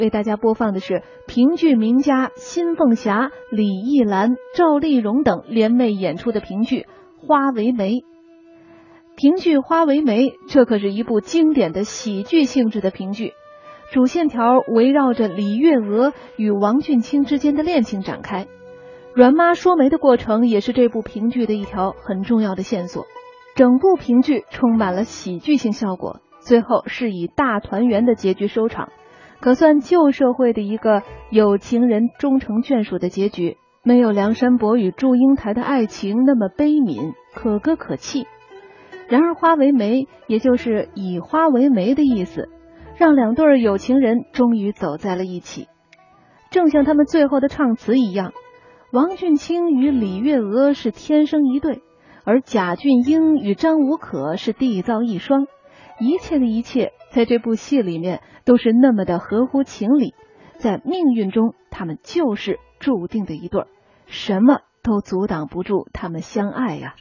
为大家播放的是评剧名家辛凤霞、李艺兰、赵丽蓉等联袂演出的评剧《花为媒》。评剧《花为媒》这可是一部经典的喜剧性质的评剧，主线条围绕着李月娥与王俊卿之间的恋情展开。阮妈说媒的过程也是这部评剧的一条很重要的线索。整部评剧充满了喜剧性效果，最后是以大团圆的结局收场，可算旧社会的一个有情人终成眷属的结局，没有梁山伯与祝英台的爱情那么悲悯，可歌可泣。然而花为媒也就是以花为媒的意思，让两对有情人终于走在了一起。正像他们最后的唱词一样，王俊卿与李月娥是天生一对，而贾俊英与张无可是缔造一双。一切的一切在这部戏里面都是那么的合乎情理，在命运中他们就是注定的一对，什么都阻挡不住他们相爱呀。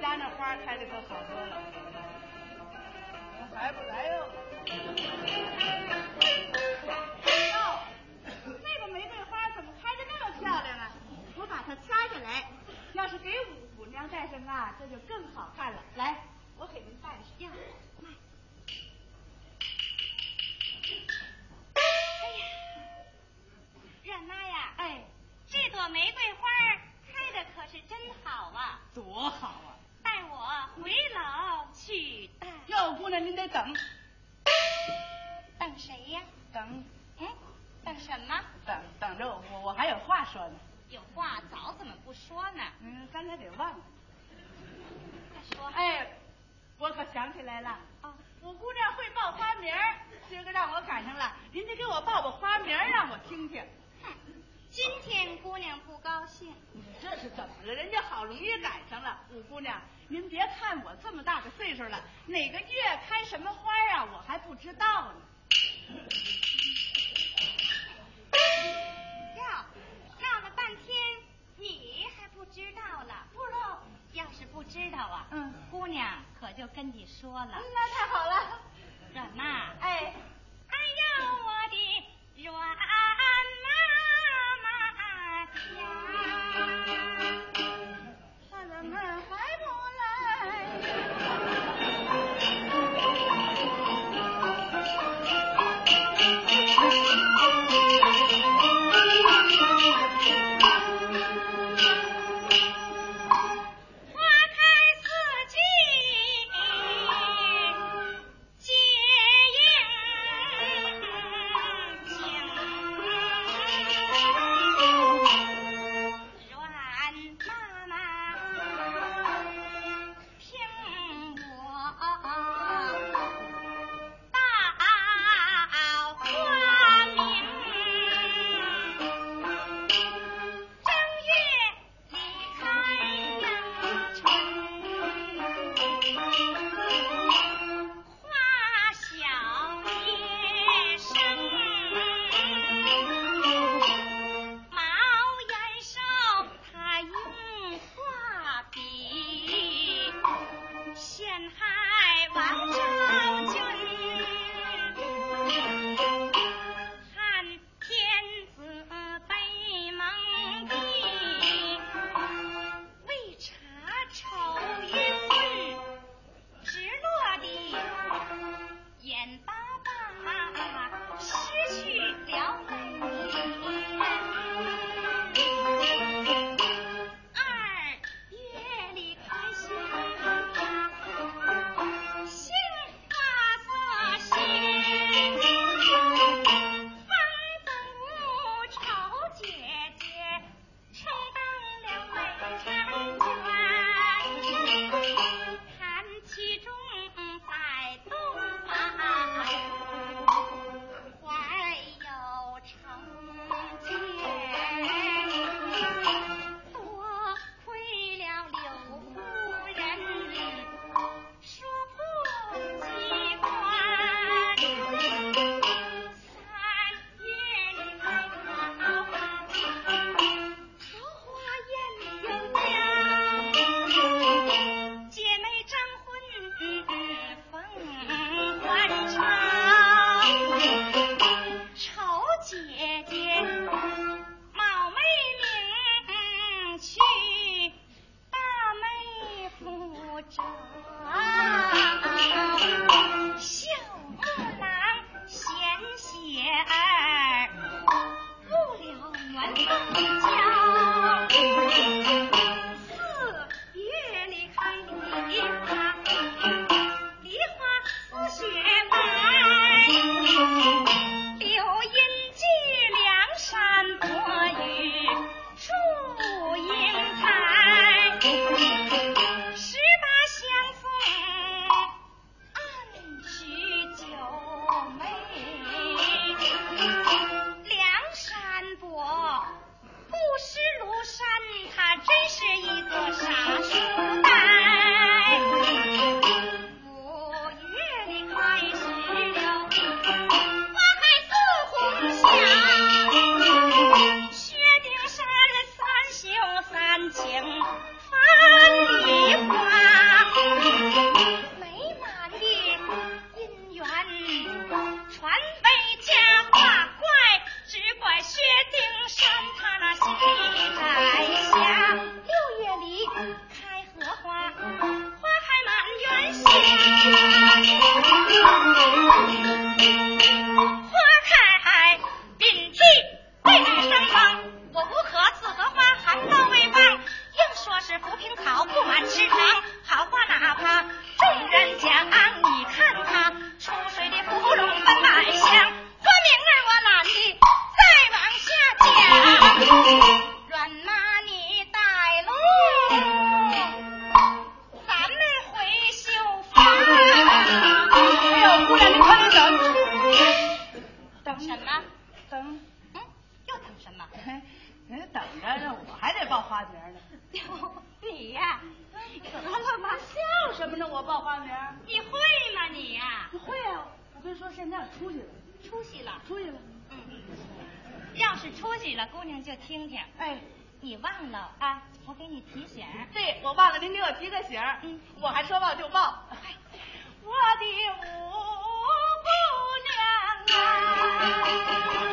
家那花开的可好多了，还不来哟？哟，那个玫瑰花怎么开的那么漂亮啊？我把它掐下来，要是给五姑娘戴上啊，这就更好看了。来，我给您戴上。来。 哎呀，阮妈呀，哎，这朵玫瑰花开的可是真好啊！ 多好啊！ 带我回老去戴。 哟，姑娘您得等。 等谁呀？ 等。 等什么？ 等着我还有话说呢。 有话早怎么不说呢？ 刚才给忘了。 再说。 哎，我可想起来了。五姑娘会报花名，今个让我赶上了，您得给我报个花名让我听听。 今天姑娘不高兴。 这是怎么了？人家好容易赶上了。五姑娘，您别看我这么大个岁数了，哪个月开什么花啊，我还不知道呢。 哟，闹了半天你还不知道了？ 不知道。 要是不知道啊，姑娘可就跟你说了。 那太好了。 阮妈， 哎呦，我的阮妈呀， 他怎么还不来？ 情翻梨花。 浮萍草，布满池塘。好话哪怕众人讲，你看他出水的芙蓉分外香。说明儿我懒得再往下讲，阮妈你带路，咱们回绣坊。 哎呦，姑娘，你快点等。 等什么？等？又等什么？ 等着，我还得报花名呢。 你呀， 怎么了妈？笑什么呢？我报花名。 你会吗你呀？ 会啊，我跟你说，现在出去了。 出息了。 出去了。 要是出息了，姑娘就听听。 哎， 你忘了啊？我给你提醒。 对，我忘了您给我提个醒。我还说报就报。我的五姑娘啊。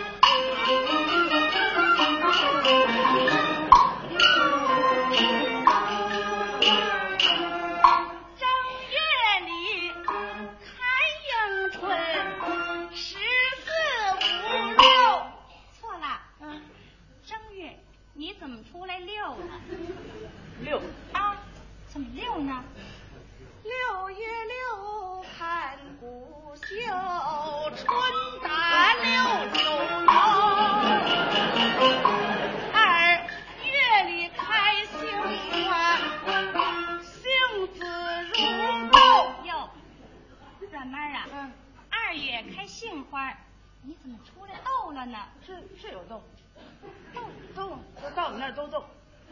你怎么出来溜呢？ 溜啊？怎么溜呢 ？6月6看古秀，春打6九头。2月里开杏花，杏子如豆。 哟，阮妈啊，2月开杏花，你怎么出来豆了呢？ 是有豆。豆到你那儿都豆，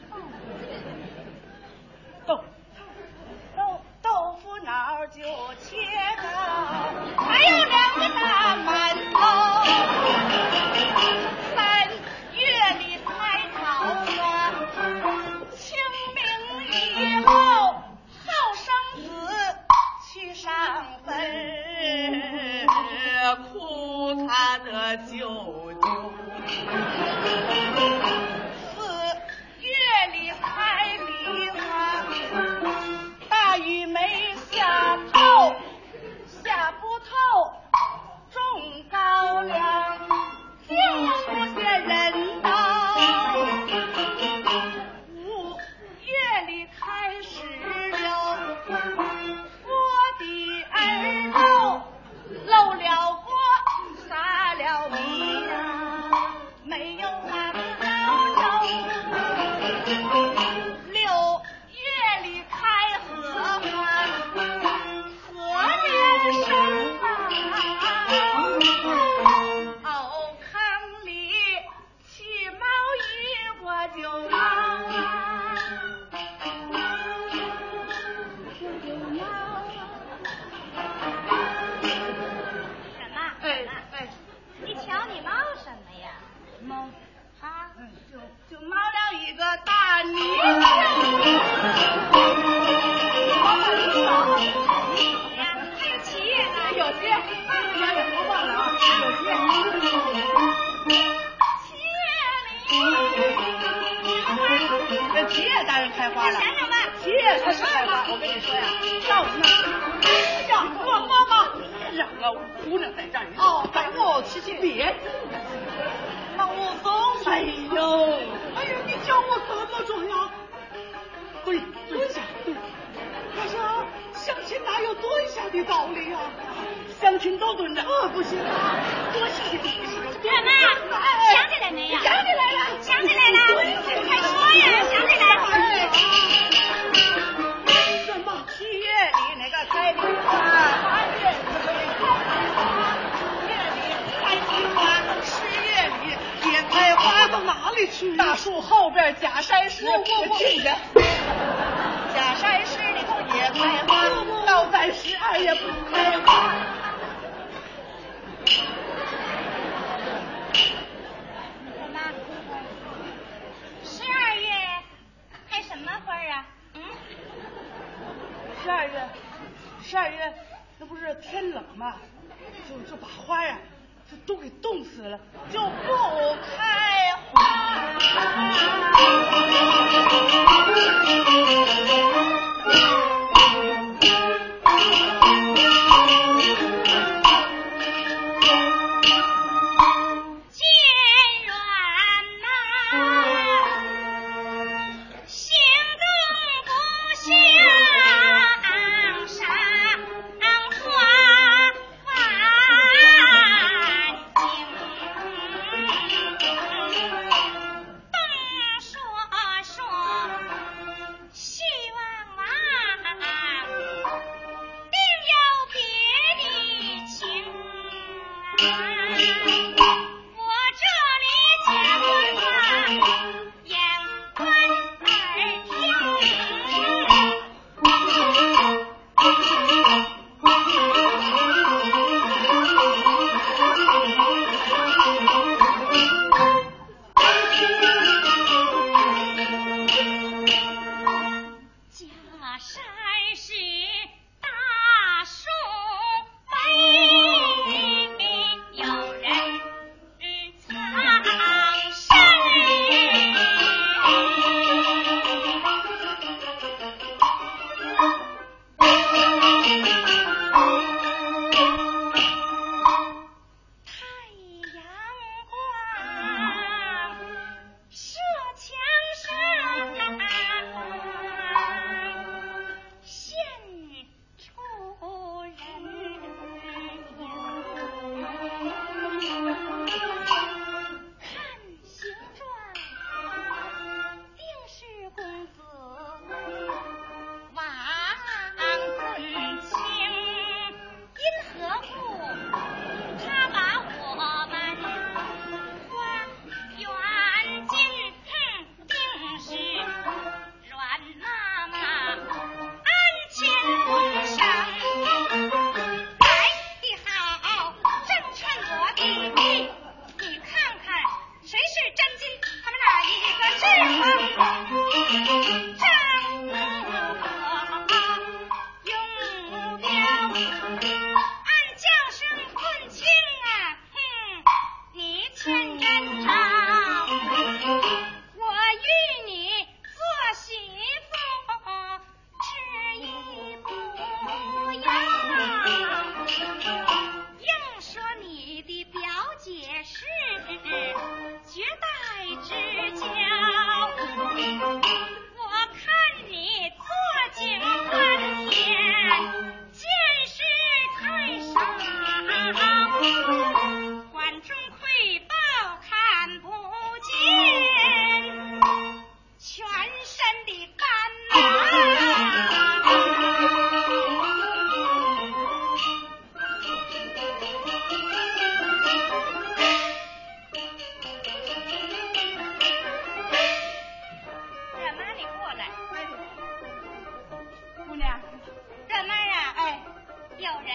豆腐脑就切到，还有2个大馒头。3月里开桃花，清明以后后生子去上坟，哭他的舅舅。4月里开梨花，大雨没下透，下不透，种高粱，就出现人道。5月里开石榴，我的儿喽，漏了锅，撒了米呀，没有那个高州。6月里开荷花，河连生啊，敖康里起毛衣我就要啊， 什么？ 哎， 你瞧你猫什么呀？ 猫啊？ 就猫了一个大泥鳅。 呀，还有企业呢？ 有些，妈也不忘了啊，有些。企业当然开花了。 想想吧， 企业它是开花，我跟你说呀，到我那儿，哎呀，我妈妈让我姑娘在这儿哦，带我去别。那我走没有。哎呀，你叫我怎么这样？蹲下。可是相亲哪有蹲下的道理啊？相亲都蹲着，不行啊，多谢你。 阮妈，想起来没有？ 想起来了。 快说呀，想起来。 什么？7月里那个开梨花，8月里开花，9月里开菊花，10月里也开花。到哪里去？大树后边假山石，我进去。假山石里头也开花，到在12月不开花。 什么？12月开什么花啊 ？12月，那不是天冷吗？就把花啊，就都给冻死了，就不开花。 见阮呐，心中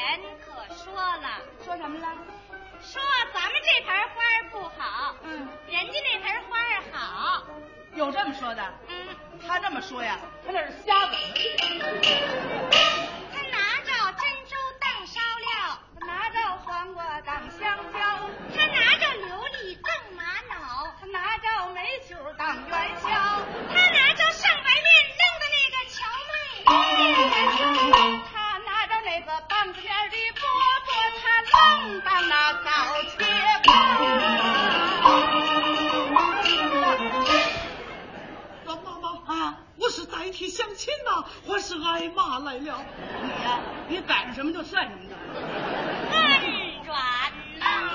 人可说了。 说什么了？ 说咱们这盆花不好，人家那盆花好。 有这么说的？他这么说呀，他那是瞎整。 他拿着珍珠当烧料， 他拿着黄瓜当香蕉， 他拿着琉璃当玛瑙， 他拿着煤球当元宵， 他拿着上白面扔的那个荞麦， 他拿着那个棒子面的饽饽，他愣当那高切我是代替相亲呐，我是挨骂来了。 你呀，你赶上什么就算什么的。 温软呐！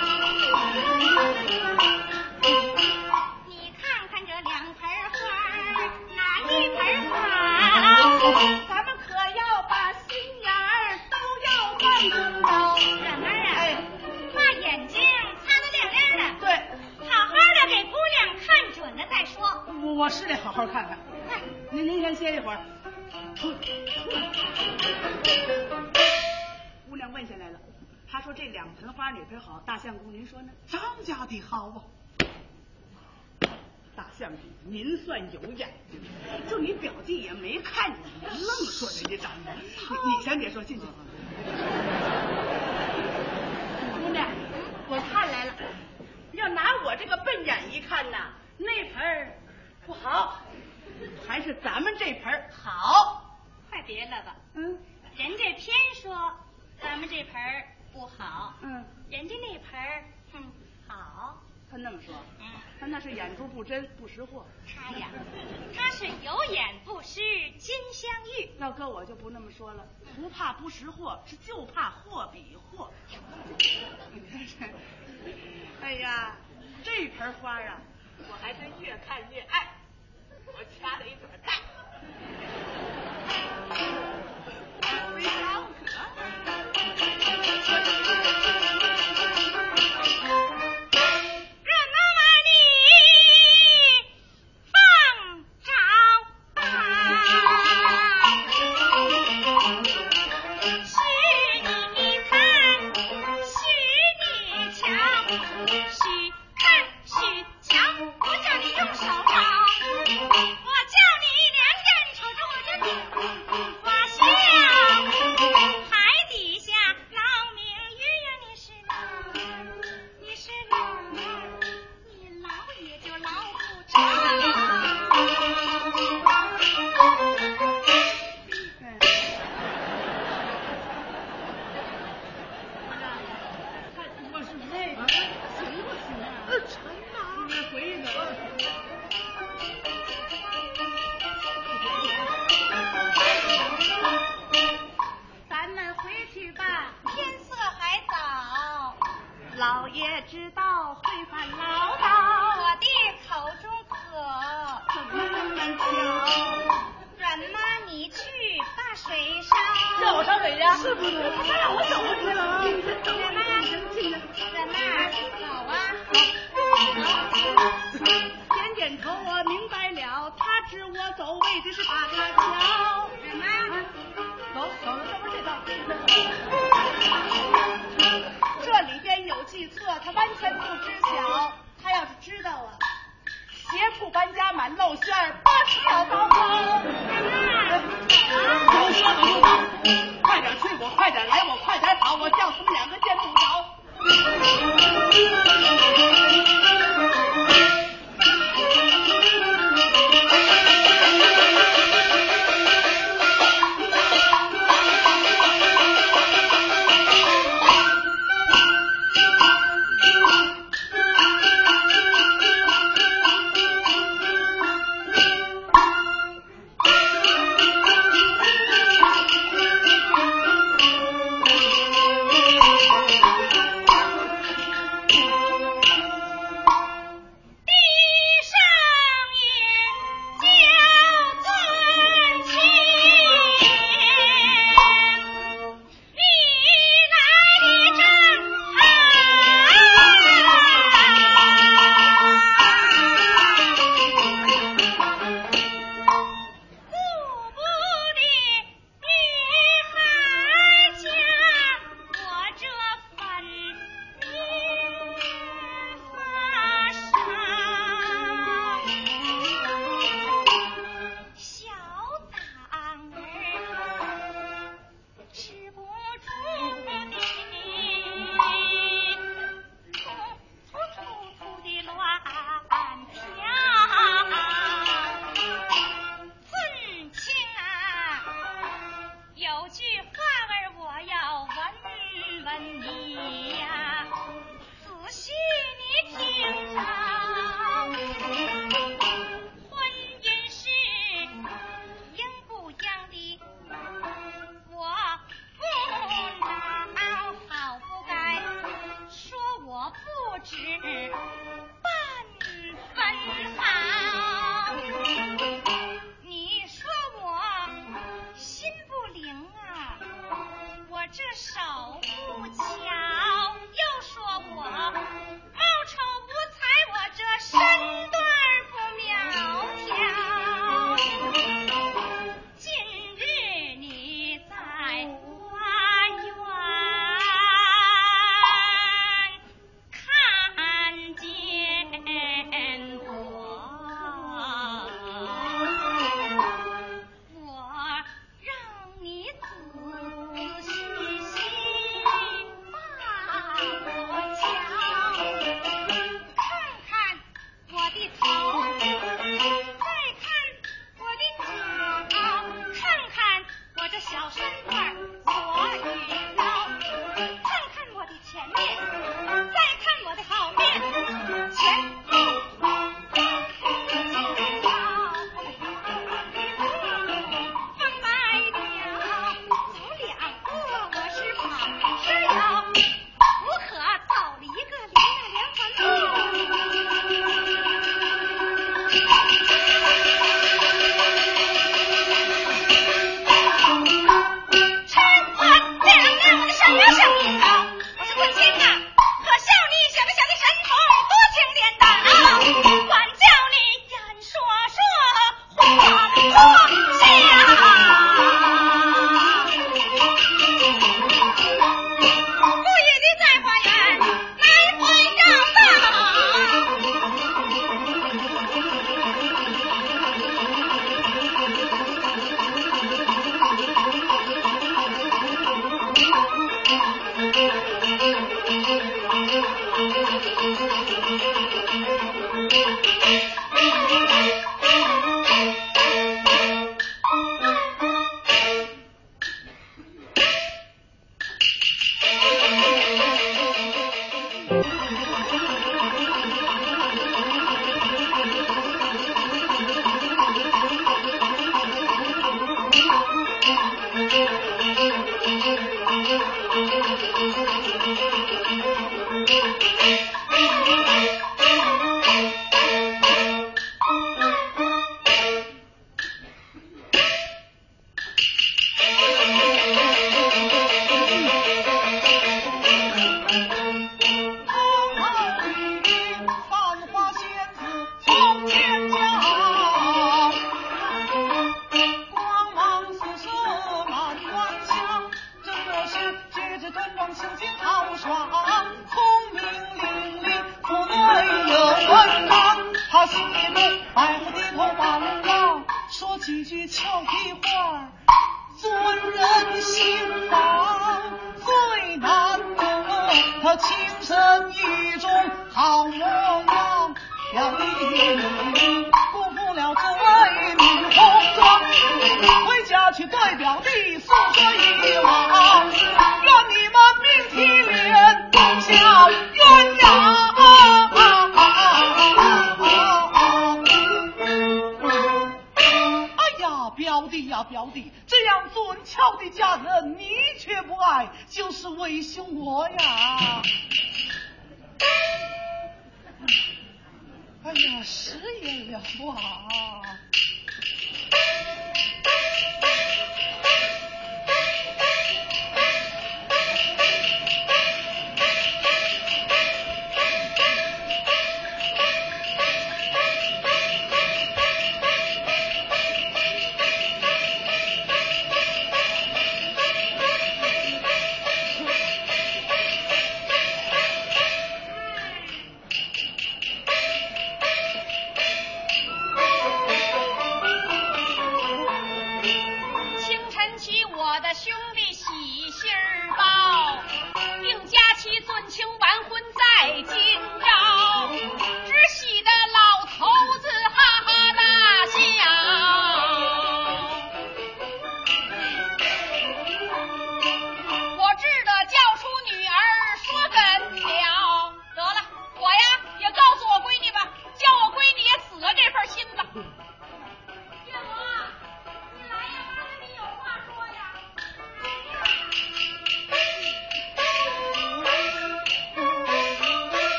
你看看这两盆花，哪一盆好？ 咱们可要把心眼儿都要看准了。 什么啊？把眼睛擦得亮亮的。 对， 好好的给姑娘看准了再说。 我是得好好看看。您先歇一会儿。姑娘问下来了，她说这两盆花哪盆好？大相公您说呢？ 张家的好啊。 大相公您算有眼睛，就你表弟也没看见你，愣说人家长得。你先别说，进去。姑娘，我看来了，要拿我这个笨眼一看呐，那盆不好，还是咱们这盆好。 快别了吧，人家偏说咱们这盆不好，人家那盆好。 他那么说，他那是眼珠不真不识货。 他呀，他是有眼不识金镶玉。 要搁我就不那么说了，不怕不识货，是就怕货比货。哎呀，这盆花啊，我还真越看越爱。我掐了一朵蛋，微笑可。老爷知道会犯唠叨， 我的口中可怎么那么巧？ 阮妈，你去把水烧。 让我烧水去？ 是不是？ 他让我走去了。 阮妈，阮妈，走啊！ 点点头，我明白了，他指我走，为的是把他瞧。 阮妈， 走，这不是这道。这里边有计策，他完全不知晓。他要是知道啊，鞋铺搬家满露馅儿，八条高高。 有说的有道， 快点去，我快点来，我快点跑，我叫他们两个见不着。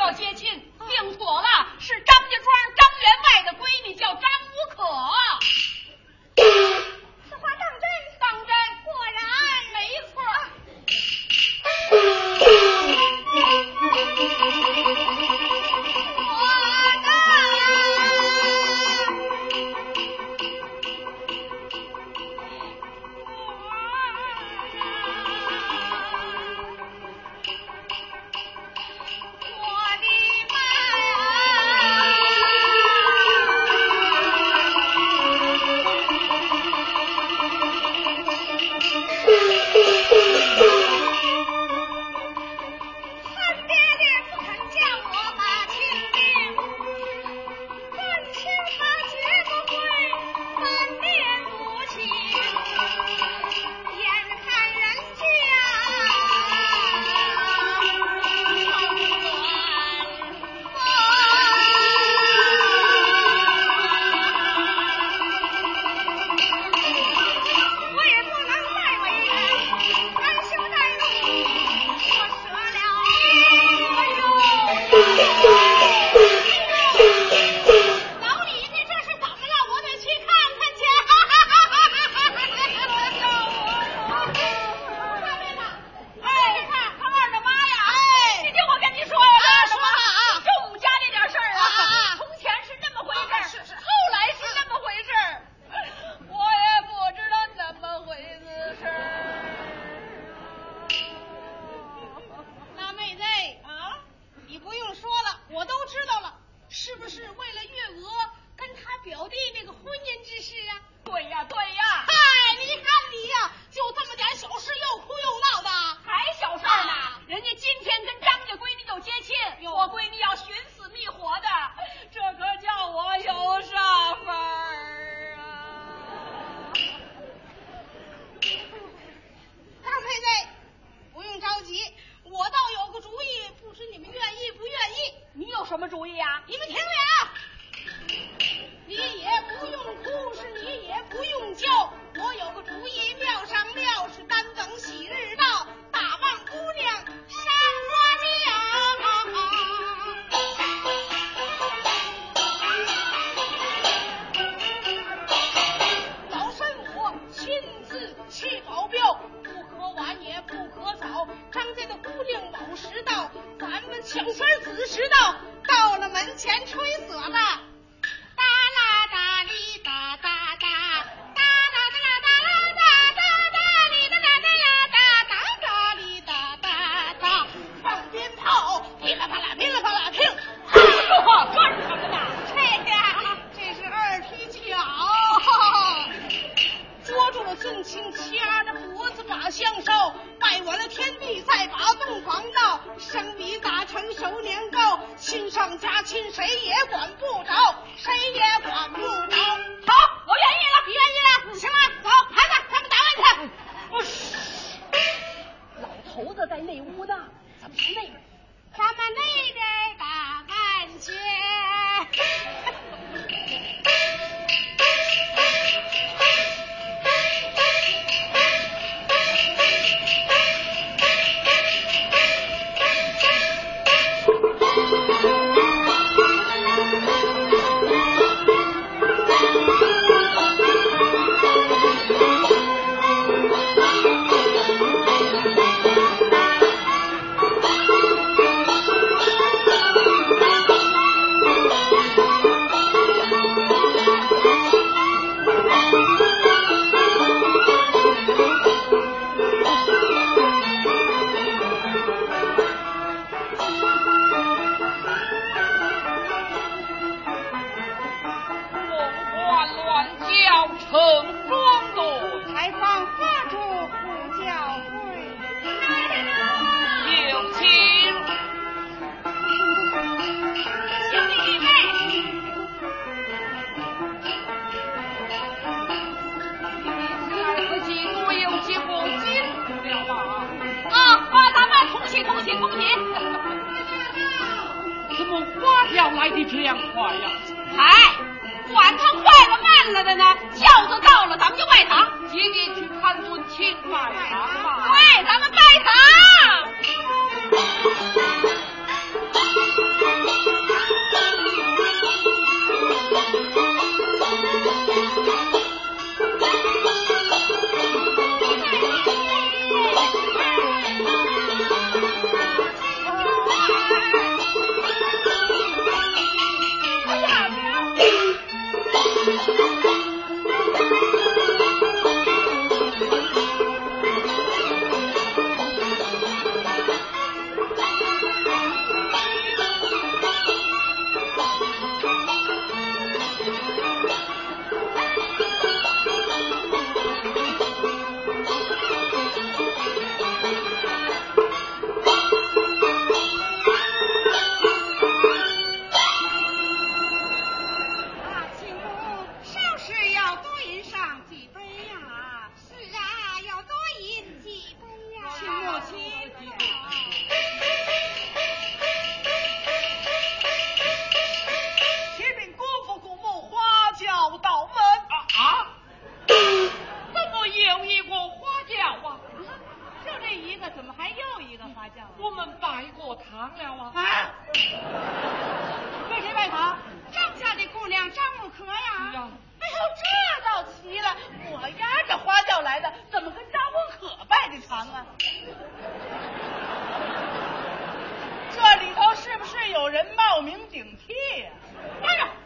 要接亲，定妥了，是张家庄张员外的闺女，叫张无可。 此话当真？ 当真， 果然没错。 怎么花条来的这样快呀？ 哎，管他快了慢了的呢，轿子到了，咱们就拜堂。 今天去看尊亲拜堂吧。 对，咱们拜堂。 过堂了啊！ 啊！为谁拜堂？张家的姑娘张木可呀。 呀， 哎呦，这倒奇了，我丫这花轿来的，怎么跟张木可拜的堂啊？这里头是不是有人冒名顶替呀？站着！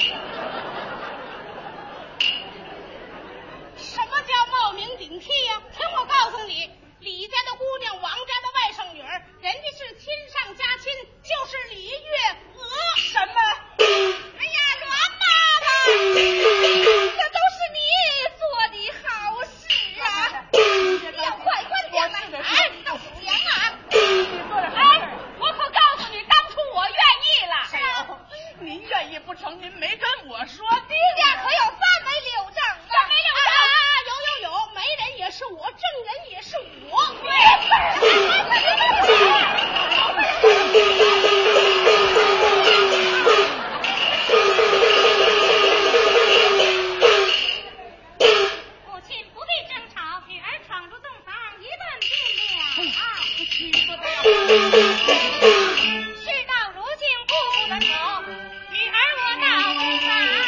什么叫冒名顶替呀？听我告诉你，李家的姑娘，王家的外甥女儿，人家是亲上加亲，就是李月娥。 什么？ 哎呀，栾妈妈，这都是你做的好事啊！你要快点来，哎，到府衙啊！ 哎，我可告诉你，当初我愿意了。 哎呦，您愿意不成？您没跟我说定呀，可有3枚柳证啊？3枚柳证？有，媒人也是我，证人也是我。 父亲不必争吵，女儿闯入洞房，一顿定了啊！事到如今顾不得愁，女儿我闹为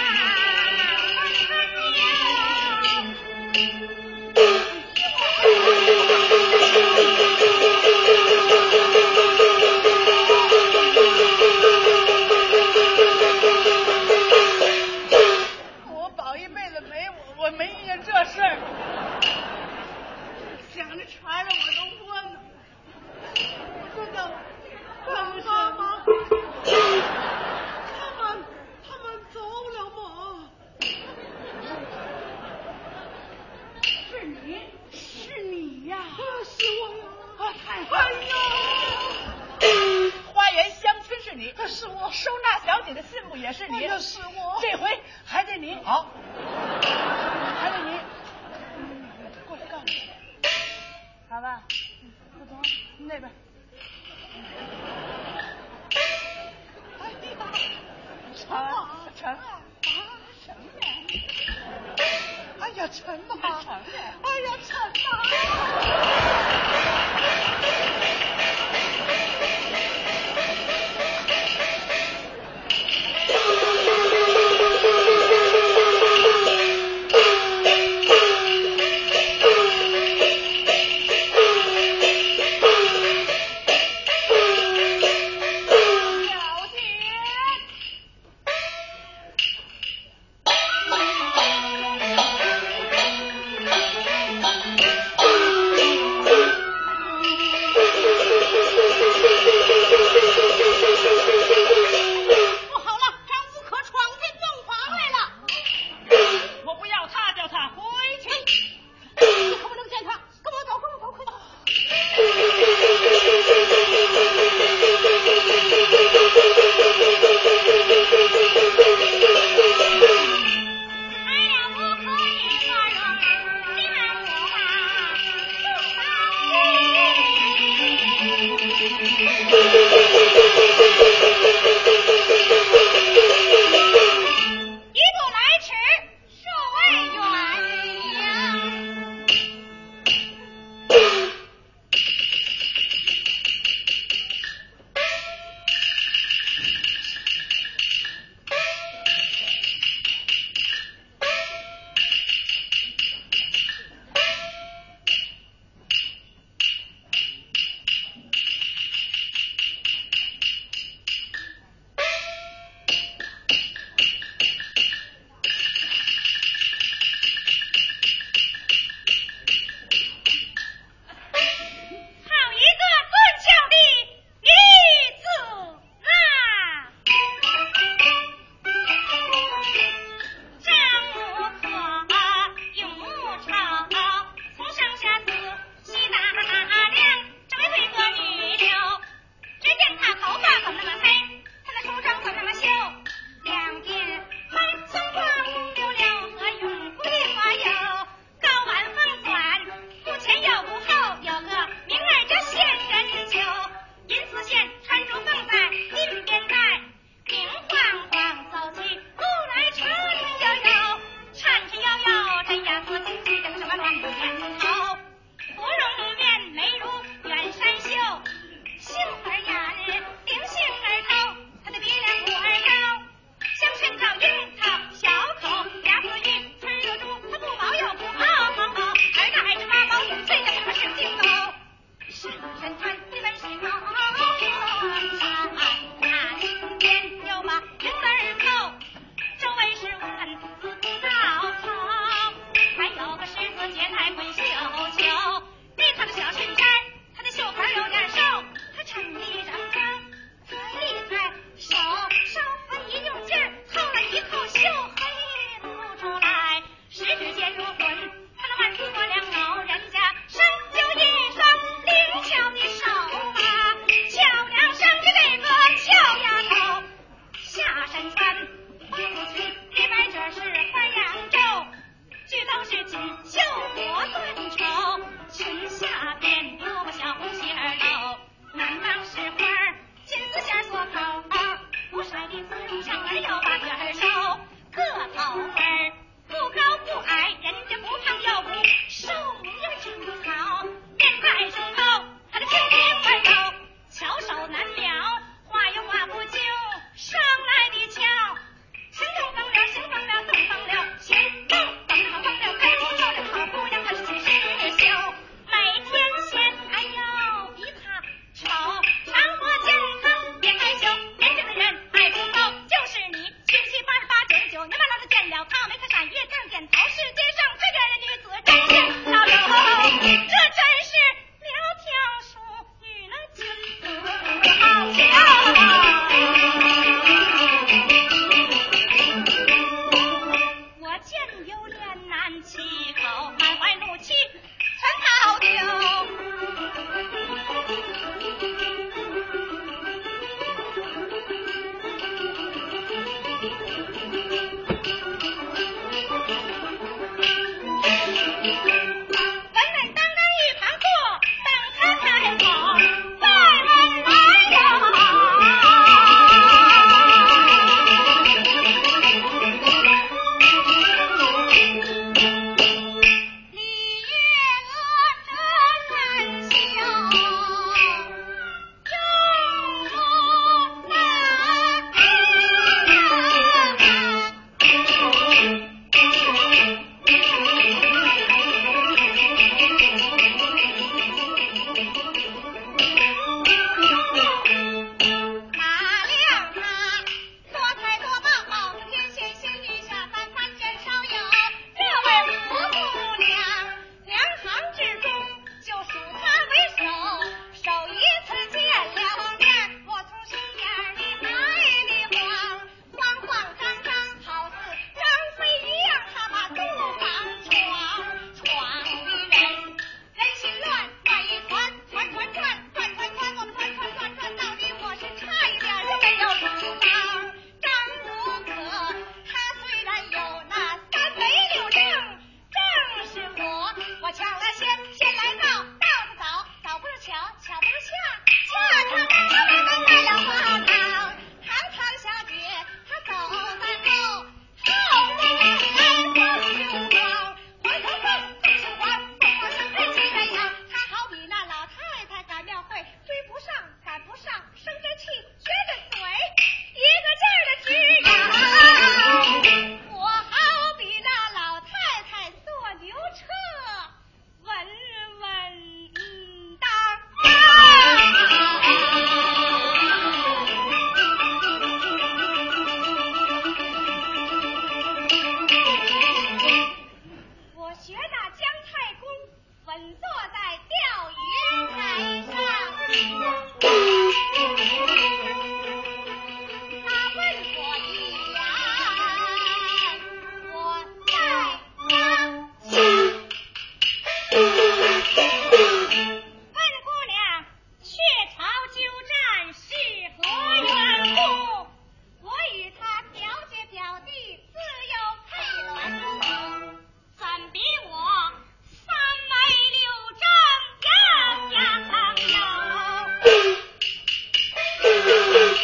我保一辈子我没遇见这事儿，想着船上我都窝囊。真的，妈妈，他们走了吗？是你呀！是我呀！太好了！花园相亲是你，是我；收纳小姐的信物也是你，是我。这回还得你，好，还得你，过去告诉你，好吧？不走，那边。沉啊！沉啊！什么呀？哎呀，沉啊！沉！哎呀，沉啊！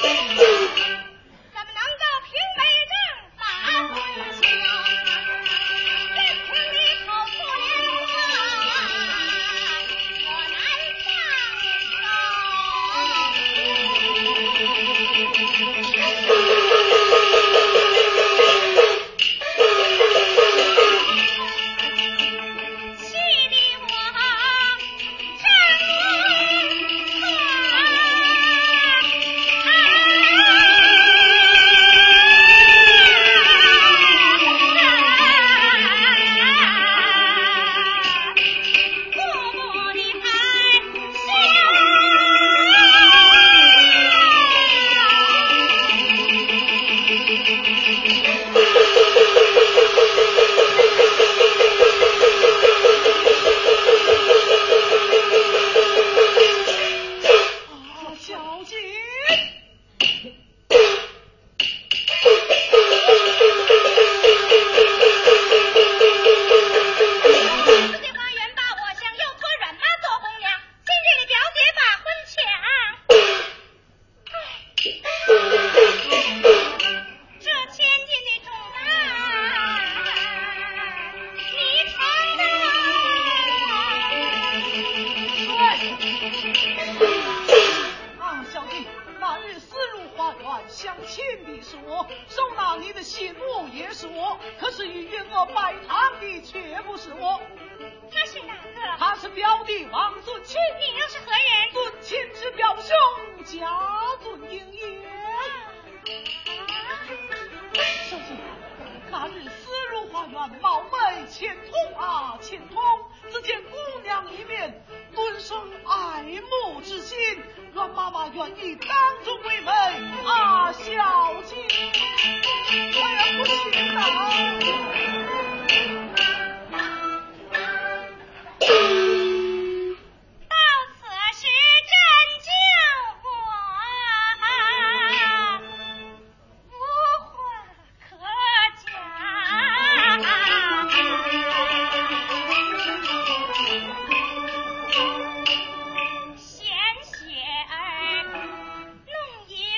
闲血儿弄一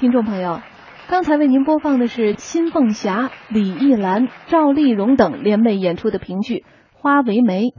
听众朋友，刚才为您播放的是新凤霞、李艺兰、赵丽蓉等联袂演出的评剧《花为媒》。